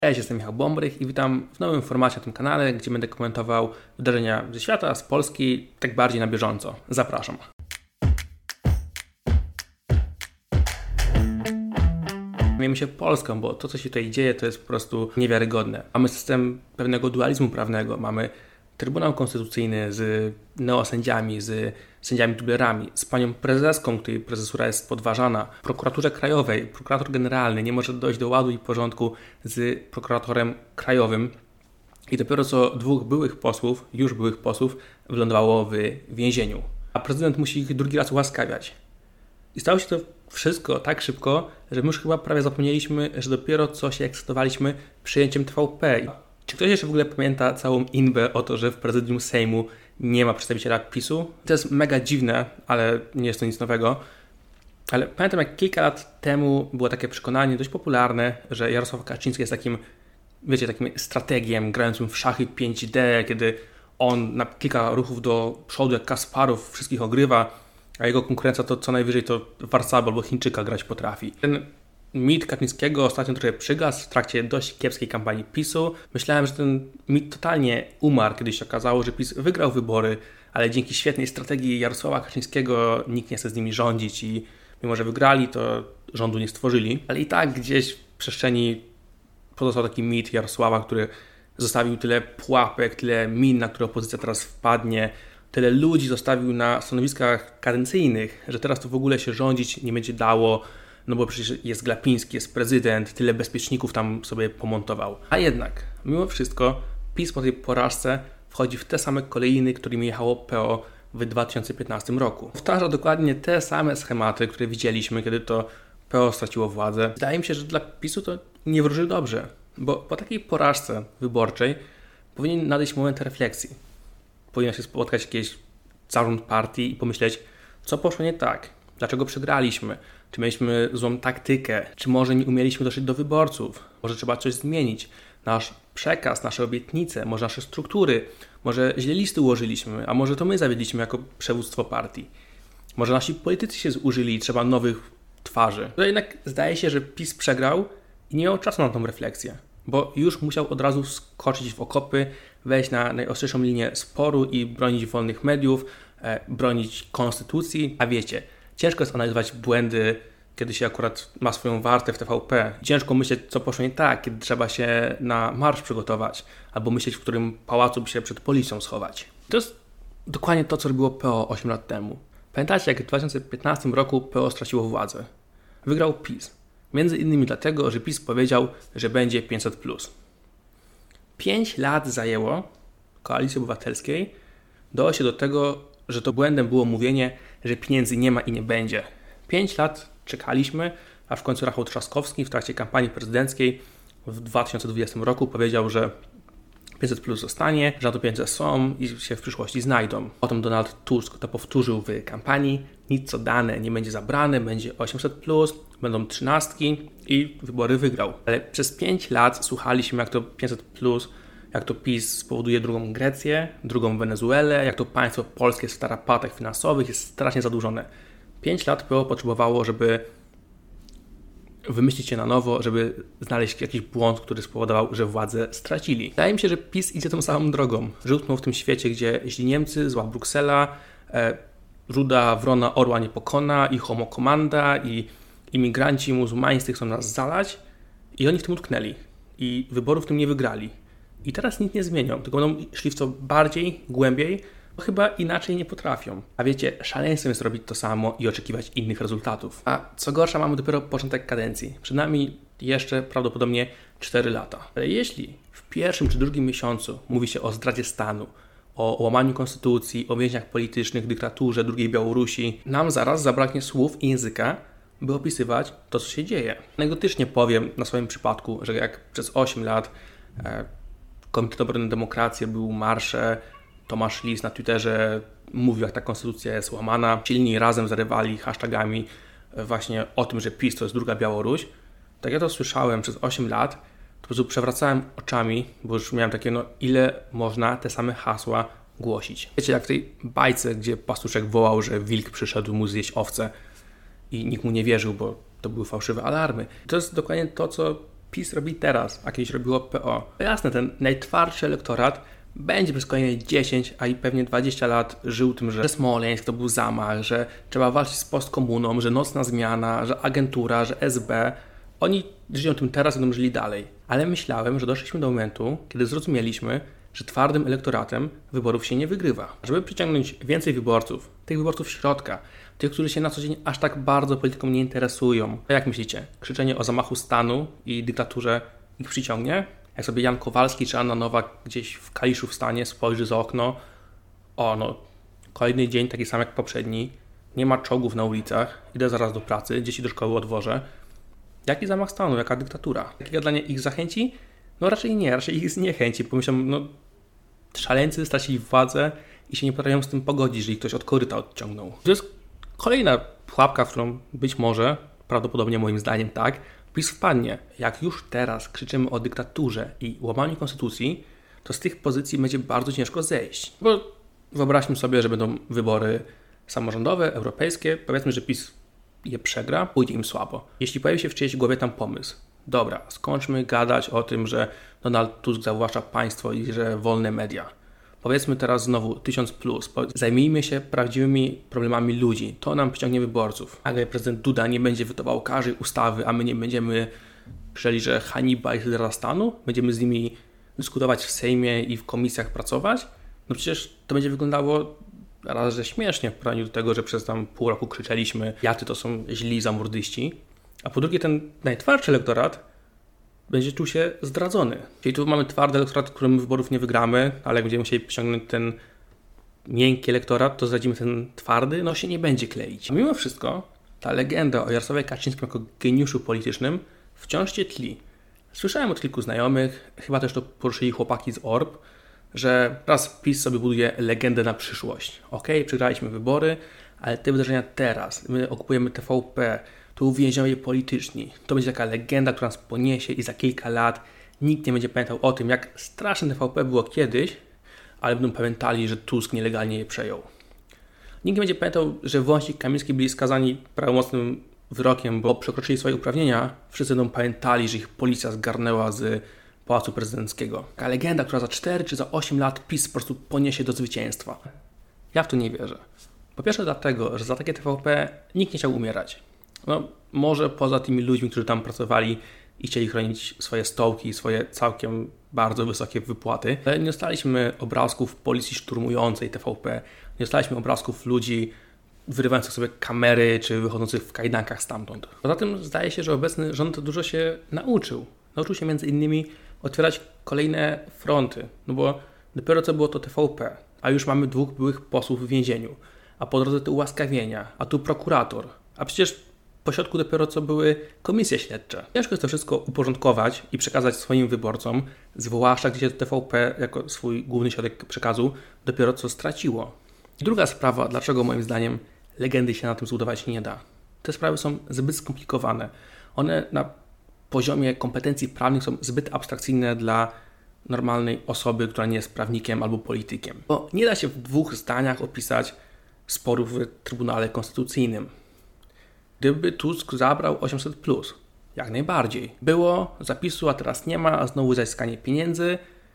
Cześć, jestem Michał Bombrych i witam w nowym formacie na tym kanale, gdzie będę komentował wydarzenia ze świata, z Polski, tak bardziej na bieżąco. Zapraszam. Zajmijmy się Polską, bo to, co się tutaj dzieje, to jest po prostu niewiarygodne. Mamy system pewnego dualizmu prawnego, mamy Trybunał Konstytucyjny z neosędziami, z sędziami dublerami, z panią prezeską, której prezesura jest podważana, w prokuraturze krajowej, prokurator generalny nie może dojść do ładu i porządku z prokuratorem krajowym i dopiero co dwóch już byłych posłów wylądowało w więzieniu, a prezydent musi ich drugi raz ułaskawiać. I stało się to wszystko tak szybko, że my już chyba prawie zapomnieliśmy, że dopiero co się ekscytowaliśmy przyjęciem TVP. Czy ktoś jeszcze w ogóle pamięta całą inbę o to, że w prezydium Sejmu nie ma przedstawiciela PiS-u? To jest mega dziwne, ale nie jest to nic nowego. Ale pamiętam, jak kilka lat temu było takie przekonanie dość popularne, że Jarosław Kaczyński jest takim, takim strategiem grającym w szachy 5D, kiedy on na kilka ruchów do przodu jak Kasparow wszystkich ogrywa, a jego konkurencja to co najwyżej to Warszawa albo Chińczyka grać potrafi. Ten mit Kaczyńskiego ostatnio trochę przygasł w trakcie dość kiepskiej kampanii PiS-u. Myślałem, że ten mit totalnie umarł, kiedy się okazało, że PiS wygrał wybory, ale dzięki świetnej strategii Jarosława Kaczyńskiego nikt nie chce z nimi rządzić i mimo, że wygrali, to rządu nie stworzyli. Ale i tak gdzieś w przestrzeni pozostał taki mit Jarosława, który zostawił tyle pułapek, tyle min, na które opozycja teraz wpadnie, tyle ludzi zostawił na stanowiskach kadencyjnych, że teraz to w ogóle się rządzić nie będzie dało, no bo przecież jest Glapiński, jest prezydent, tyle bezpieczników tam sobie pomontował. A jednak, mimo wszystko, PiS po tej porażce wchodzi w te same kolejny, którymi jechało PO w 2015 roku. Powtarza dokładnie te same schematy, które widzieliśmy, kiedy to PO straciło władzę. Wydaje mi się, że dla PiS-u to nie wróży dobrze, bo po takiej porażce wyborczej powinien nadejść moment refleksji. Powinien się spotkać jakiś zarząd partii i pomyśleć, co poszło nie tak, dlaczego przegraliśmy, czy mieliśmy złą taktykę, czy może nie umieliśmy dotrzeć do wyborców, może trzeba coś zmienić, nasz przekaz, nasze obietnice, może nasze struktury, może źle listy ułożyliśmy, a może to my zawiedliśmy jako przywództwo partii. Może nasi politycy się zużyli i trzeba nowych twarzy. To jednak zdaje się, że PiS przegrał i nie miał czasu na tą refleksję, bo już musiał od razu skoczyć w okopy, wejść na najostrzejszą linię sporu i bronić wolnych mediów, bronić konstytucji, a wiecie, ciężko jest analizować błędy, kiedy się akurat ma swoją wartę w TVP. Ciężko myśleć, co poszło nie tak, kiedy trzeba się na marsz przygotować, albo myśleć, w którym pałacu by się przed policją schować. To jest dokładnie to, co robiło PO 8 lat temu. Pamiętacie, jak w 2015 roku PO straciło władzę? Wygrał PiS. Między innymi dlatego, że PiS powiedział, że będzie 500+. 5 lat zajęło Koalicji Obywatelskiej dojść do tego, że to błędem było mówienie, że pieniędzy nie ma i nie będzie. 5 lat czekaliśmy, aż w końcu Rafał Trzaskowski w trakcie kampanii prezydenckiej w 2020 roku powiedział, że 500+ zostanie, że na to pieniądze są i się w przyszłości znajdą. Potem Donald Tusk to powtórzył w kampanii, nic co dane nie będzie zabrane, będzie 800+, będą 13 i wybory wygrał. Ale przez 5 lat słuchaliśmy, jak to 500+, jak to PiS spowoduje drugą Grecję, drugą Wenezuelę, jak to państwo polskie jest w tarapatach finansowych, jest strasznie zadłużone. 5 lat PO potrzebowało, żeby wymyślić się na nowo, żeby znaleźć jakiś błąd, który spowodował, że władzę stracili. Wydaje mi się, że PiS idzie tą samą drogą. Żółtnął w tym świecie, gdzie źli Niemcy, zła Bruksela, ruda wrona orła nie pokona i homo komanda i imigranci muzułmańscy chcą nas zalać i oni w tym utknęli i wyborów w tym nie wygrali. I teraz nic nie zmienią, tylko będą szli w co bardziej, głębiej, bo chyba inaczej nie potrafią. A wiecie, szaleństwem jest robić to samo i oczekiwać innych rezultatów. A co gorsza, mamy dopiero początek kadencji. Przed nami jeszcze prawdopodobnie 4 lata. Ale jeśli w pierwszym czy drugim miesiącu mówi się o zdradzie stanu, o łamaniu konstytucji, o więźniach politycznych, dyktaturze, II Białorusi, nam zaraz zabraknie słów i języka, by opisywać to, co się dzieje. Anegdotycznie powiem na swoim przypadku, że jak przez 8 lat Komitet Obrony Demokracji był marsze, Tomasz Lis na Twitterze mówił, jak ta konstytucja jest łamana. Silni razem zarywali hashtagami właśnie o tym, że PiS to jest druga Białoruś. Tak ja to słyszałem przez 8 lat, to po prostu przewracałem oczami, bo już miałem takie, ile można te same hasła głosić. Wiecie, jak w tej bajce, gdzie pastuszek wołał, że wilk przyszedł mu zjeść owce i nikt mu nie wierzył, bo to były fałszywe alarmy. To jest dokładnie to, co PiS robi teraz, a kiedyś robiło PO. To jasne, ten najtwardszy elektorat będzie przez kolejne 10, a i pewnie 20 lat żył tym, że Smoleńsk to był zamach, że trzeba walczyć z postkomuną, że nocna zmiana, że agentura, że SB. Oni żyją tym teraz, będą żyli dalej. Ale myślałem, że doszliśmy do momentu, kiedy zrozumieliśmy, że twardym elektoratem wyborów się nie wygrywa. Żeby przyciągnąć więcej wyborców, tych wyborców środka, tych, którzy się na co dzień aż tak bardzo polityką nie interesują. A jak myślicie? Krzyczenie o zamachu stanu i dyktaturze ich przyciągnie? Jak sobie Jan Kowalski czy Anna Nowak gdzieś w Kaliszu wstanie, spojrzy za okno, kolejny dzień taki sam jak poprzedni, nie ma czołgów na ulicach, idę zaraz do pracy, dzieci do szkoły odwożę. Jaki zamach stanu, jaka dyktatura? Jakie gadanie ich zachęci? No raczej nie, raczej ich zniechęci. Pomyślą, szaleńcy stracili władzę i się nie potrafią z tym pogodzić, że ich ktoś od koryta odciągnął. To jest kolejna pułapka, w którą być może, prawdopodobnie moim zdaniem tak, PiS wpadnie. Jak już teraz krzyczymy o dyktaturze i łamaniu konstytucji, to z tych pozycji będzie bardzo ciężko zejść. Bo wyobraźmy sobie, że będą wybory samorządowe, europejskie. Powiedzmy, że PiS je przegra, pójdzie im słabo. Jeśli pojawi się w czyjejś głowie tam pomysł, dobra, skończmy gadać o tym, że Donald Tusk zawłaszcza państwo i że wolne media. Powiedzmy teraz znowu 1000+. Zajmijmy się prawdziwymi problemami ludzi. To nam przyciągnie wyborców. Ale prezydent Duda nie będzie wetował każdej ustawy, a my nie będziemy krzyczeli, że hańba jest lidera stanu. Będziemy z nimi dyskutować w Sejmie i w komisjach pracować. No przecież to będzie wyglądało raz, że śmiesznie w porównaniu do tego, że przez tam pół roku krzyczeliśmy, jacy to są źli zamordyści. A po drugie ten najtwardszy elektorat będzie czuł się zdradzony. Czyli tu mamy twardy elektorat, którym wyborów nie wygramy, ale jak będziemy musieli przyciągnąć ten miękki elektorat, to zdradzimy ten twardy, się nie będzie kleić. Mimo wszystko ta legenda o Jarosławie Kaczyńskim jako geniuszu politycznym wciąż się tli. Słyszałem od kilku znajomych, chyba też to poruszyli chłopaki z ORB, że raz PiS sobie buduje legendę na przyszłość. Przegraliśmy wybory, ale te wydarzenia teraz, my okupujemy TVP, tu uwięziowie polityczni. To będzie taka legenda, która nas poniesie i za kilka lat nikt nie będzie pamiętał o tym, jak straszne TVP było kiedyś, ale będą pamiętali, że Tusk nielegalnie je przejął. Nikt nie będzie pamiętał, że Wąsik, Kamiński byli skazani prawomocnym wyrokiem, bo przekroczyli swoje uprawnienia. Wszyscy będą pamiętali, że ich policja zgarnęła z Pałacu Prezydenckiego. Taka legenda, która za 4 czy za 8 lat PiS po prostu poniesie do zwycięstwa. Ja w to nie wierzę. Po pierwsze dlatego, że za takie TVP nikt nie chciał umierać. Może poza tymi ludźmi, którzy tam pracowali i chcieli chronić swoje stołki i swoje całkiem bardzo wysokie wypłaty. Ale nie dostaliśmy obrazków policji szturmującej TVP, nie dostaliśmy obrazków ludzi wyrywających sobie kamery czy wychodzących w kajdankach stamtąd. Poza tym zdaje się, że obecny rząd dużo się nauczył. Nauczył się między innymi otwierać kolejne fronty, bo dopiero co było to TVP, a już mamy 2 byłych posłów w więzieniu, a po drodze te ułaskawienia, a tu prokurator, a przecież po środku dopiero co były komisje śledcze. Ciężko jest to wszystko uporządkować i przekazać swoim wyborcom, zwłaszcza gdzie to TVP jako swój główny środek przekazu dopiero co straciło. I druga sprawa, dlaczego moim zdaniem legendy się na tym zbudować nie da. Te sprawy są zbyt skomplikowane. One na poziomie kompetencji prawnych są zbyt abstrakcyjne dla normalnej osoby, która nie jest prawnikiem albo politykiem. Bo nie da się w 2 zdaniach opisać sporów w Trybunale Konstytucyjnym. Gdyby Tusk zabrał 800+, jak najbardziej. Było zapisu, a teraz nie ma, a znowu zaciskanie pieniędzy.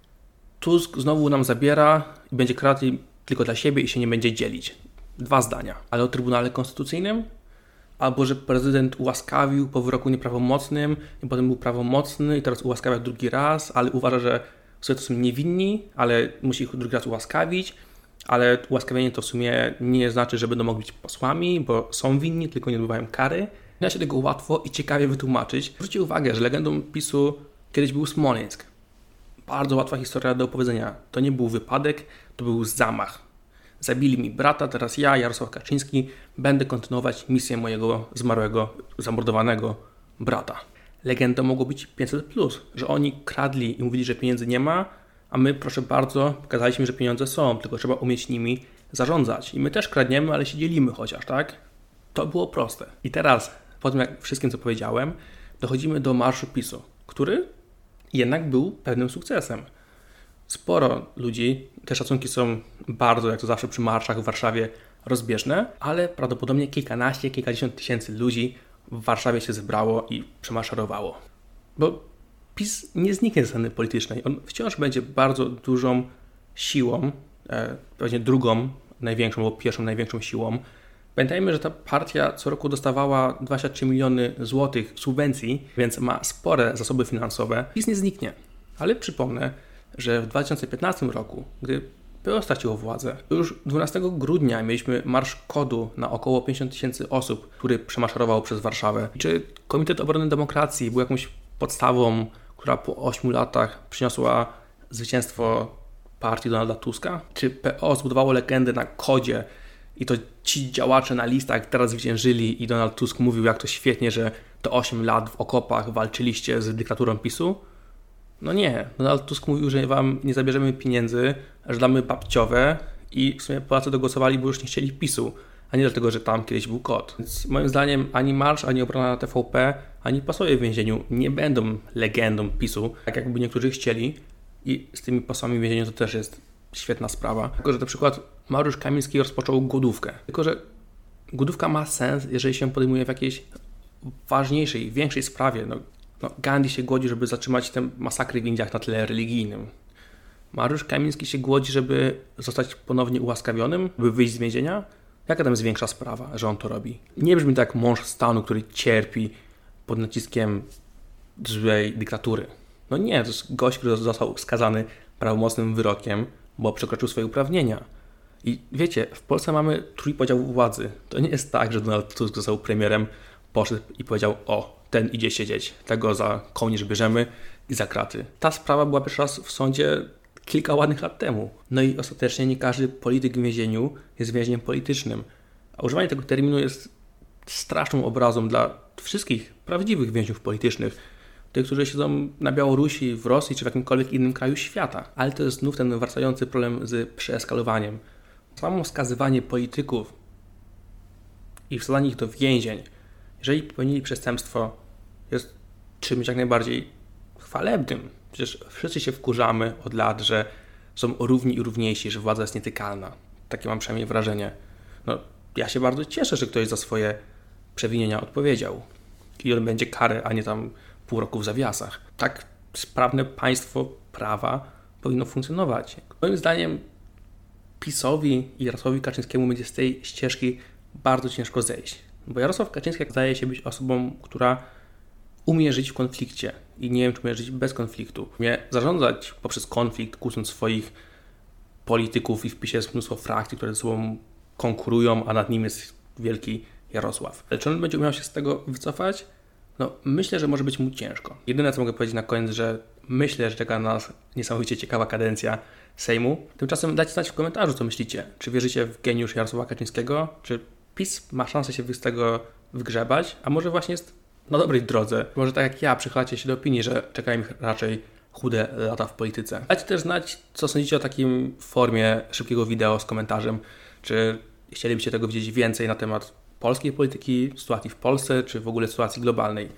Tusk znowu nam zabiera i będzie kradł tylko dla siebie i się nie będzie dzielić. 2 zdania. Ale o Trybunale Konstytucyjnym? Albo, że prezydent ułaskawił po wyroku nieprawomocnym i potem był prawomocny i teraz ułaskawia drugi raz, ale uważa, że sobie to są niewinni, ale musi ich drugi raz ułaskawić. Ale ułaskawienie to w sumie nie znaczy, że będą mogli być posłami, bo są winni, tylko nie odbywają kary. Da się tego łatwo i ciekawie wytłumaczyć. Zwróćcie uwagę, że legendą PiS-u kiedyś był Smoleńsk. Bardzo łatwa historia do opowiedzenia. To nie był wypadek, to był zamach. Zabili mi brata, teraz ja, Jarosław Kaczyński, będę kontynuować misję mojego zmarłego, zamordowanego brata. Legendą mogło być 500+, że oni kradli i mówili, że pieniędzy nie ma, a my, proszę bardzo, pokazaliśmy, że pieniądze są, tylko trzeba umieć nimi zarządzać. I my też kradniemy, ale się dzielimy chociaż, tak? To było proste. I teraz, po tym jak wszystkim, co powiedziałem, dochodzimy do marszu PiS-u, który jednak był pewnym sukcesem. Sporo ludzi, te szacunki są bardzo, jak to zawsze przy marszach w Warszawie, rozbieżne, ale prawdopodobnie kilkanaście, kilkadziesiąt tysięcy ludzi w Warszawie się zebrało i przemaszerowało. Bo PiS nie zniknie z sceny politycznej. On wciąż będzie bardzo dużą siłą, pewnie drugą największą, bo pierwszą największą siłą. Pamiętajmy, że ta partia co roku dostawała 23 miliony złotych subwencji, więc ma spore zasoby finansowe. PiS nie zniknie. Ale przypomnę, że w 2015 roku, gdy PO straciło władzę, już 12 grudnia mieliśmy Marsz KOD-u na około 50 000 osób, który przemaszerował przez Warszawę. Czy Komitet Obrony Demokracji był jakąś podstawą, która po 8 latach przyniosła zwycięstwo partii Donalda Tuska? Czy PO zbudowało legendę na kodzie i to ci działacze na listach teraz zwyciężyli i Donald Tusk mówił, jak to świetnie, że to 8 lat w okopach walczyliście z dyktaturą PiS-u? No nie. Donald Tusk mówił, że wam nie zabierzemy pieniędzy, że damy babciowe i w sumie Polacy dogłosowali, bo już nie chcieli PiS-u, a nie dlatego, że tam kiedyś był kod. Więc moim zdaniem ani Marsz, ani obrona TVP, ani posłowie w więzieniu nie będą legendą PiS-u, tak jakby niektórzy chcieli i z tymi posłami w więzieniu to też jest świetna sprawa. Tylko, że na przykład Mariusz Kamiński rozpoczął głodówkę. Tylko, że głodówka ma sens, jeżeli się podejmuje w jakiejś ważniejszej, większej sprawie. Gandhi się głodzi, żeby zatrzymać te masakry w Indiach na tle religijnym. Mariusz Kamiński się głodzi, żeby zostać ponownie ułaskawionym, by wyjść z więzienia. Jaka tam jest większa sprawa, że on to robi? Nie brzmi tak jak mąż stanu, który cierpi pod naciskiem złej dyktatury. No nie, to jest gość, który został skazany prawomocnym wyrokiem, bo przekroczył swoje uprawnienia. I wiecie, w Polsce mamy trójpodział władzy. To nie jest tak, że Donald Tusk został premierem, poszedł i powiedział: o, ten idzie siedzieć, tego za kołnierz bierzemy i za kraty. Ta sprawa była pierwszy raz w sądzie kilka ładnych lat temu. No i ostatecznie nie każdy polityk w więzieniu jest więźniem politycznym. A używanie tego terminu jest straszną obrazą dla wszystkich prawdziwych więźniów politycznych. Tych, którzy siedzą na Białorusi, w Rosji czy w jakimkolwiek innym kraju świata. Ale to jest znów ten wracający problem z przeeskalowaniem. Samo skazywanie polityków i wsadzanie ich do więzień, jeżeli popełnili przestępstwo, jest czymś jak najbardziej chwalebnym. Przecież wszyscy się wkurzamy od lat, że są równi i równiejsi, że władza jest nietykalna. Takie mam przynajmniej wrażenie. Ja się bardzo cieszę, że ktoś za swoje przewinienia odpowiedział. I on będzie karę, a nie tam pół roku w zawiasach. Tak sprawne państwo prawa powinno funkcjonować. Moim zdaniem PiS-owi i Jarosławowi Kaczyńskiemu będzie z tej ścieżki bardzo ciężko zejść. Bo Jarosław Kaczyński zdaje się być osobą, która umie żyć w konflikcie i nie wiem, czy umie żyć bez konfliktu. Umie zarządzać poprzez konflikt, kłócąc swoich polityków i w PiS-ie jest mnóstwo frakcji, które ze sobą konkurują, a nad nim jest wielki Jarosław. Ale czy on będzie umiał się z tego wycofać? Myślę, że może być mu ciężko. Jedyne, co mogę powiedzieć na koniec, że myślę, że czeka nas niesamowicie ciekawa kadencja Sejmu. Tymczasem dajcie znać w komentarzu, co myślicie. Czy wierzycie w geniusz Jarosława Kaczyńskiego? Czy PiS ma szansę się z tego wygrzebać? A może właśnie jest na dobrej drodze? Może tak jak ja przychylacie się do opinii, że czekają ich raczej chude lata w polityce. Dajcie też znać, co sądzicie o takim formie szybkiego wideo z komentarzem. Czy chcielibyście tego wiedzieć więcej na temat polskiej polityki, sytuacji w Polsce, czy w ogóle sytuacji globalnej.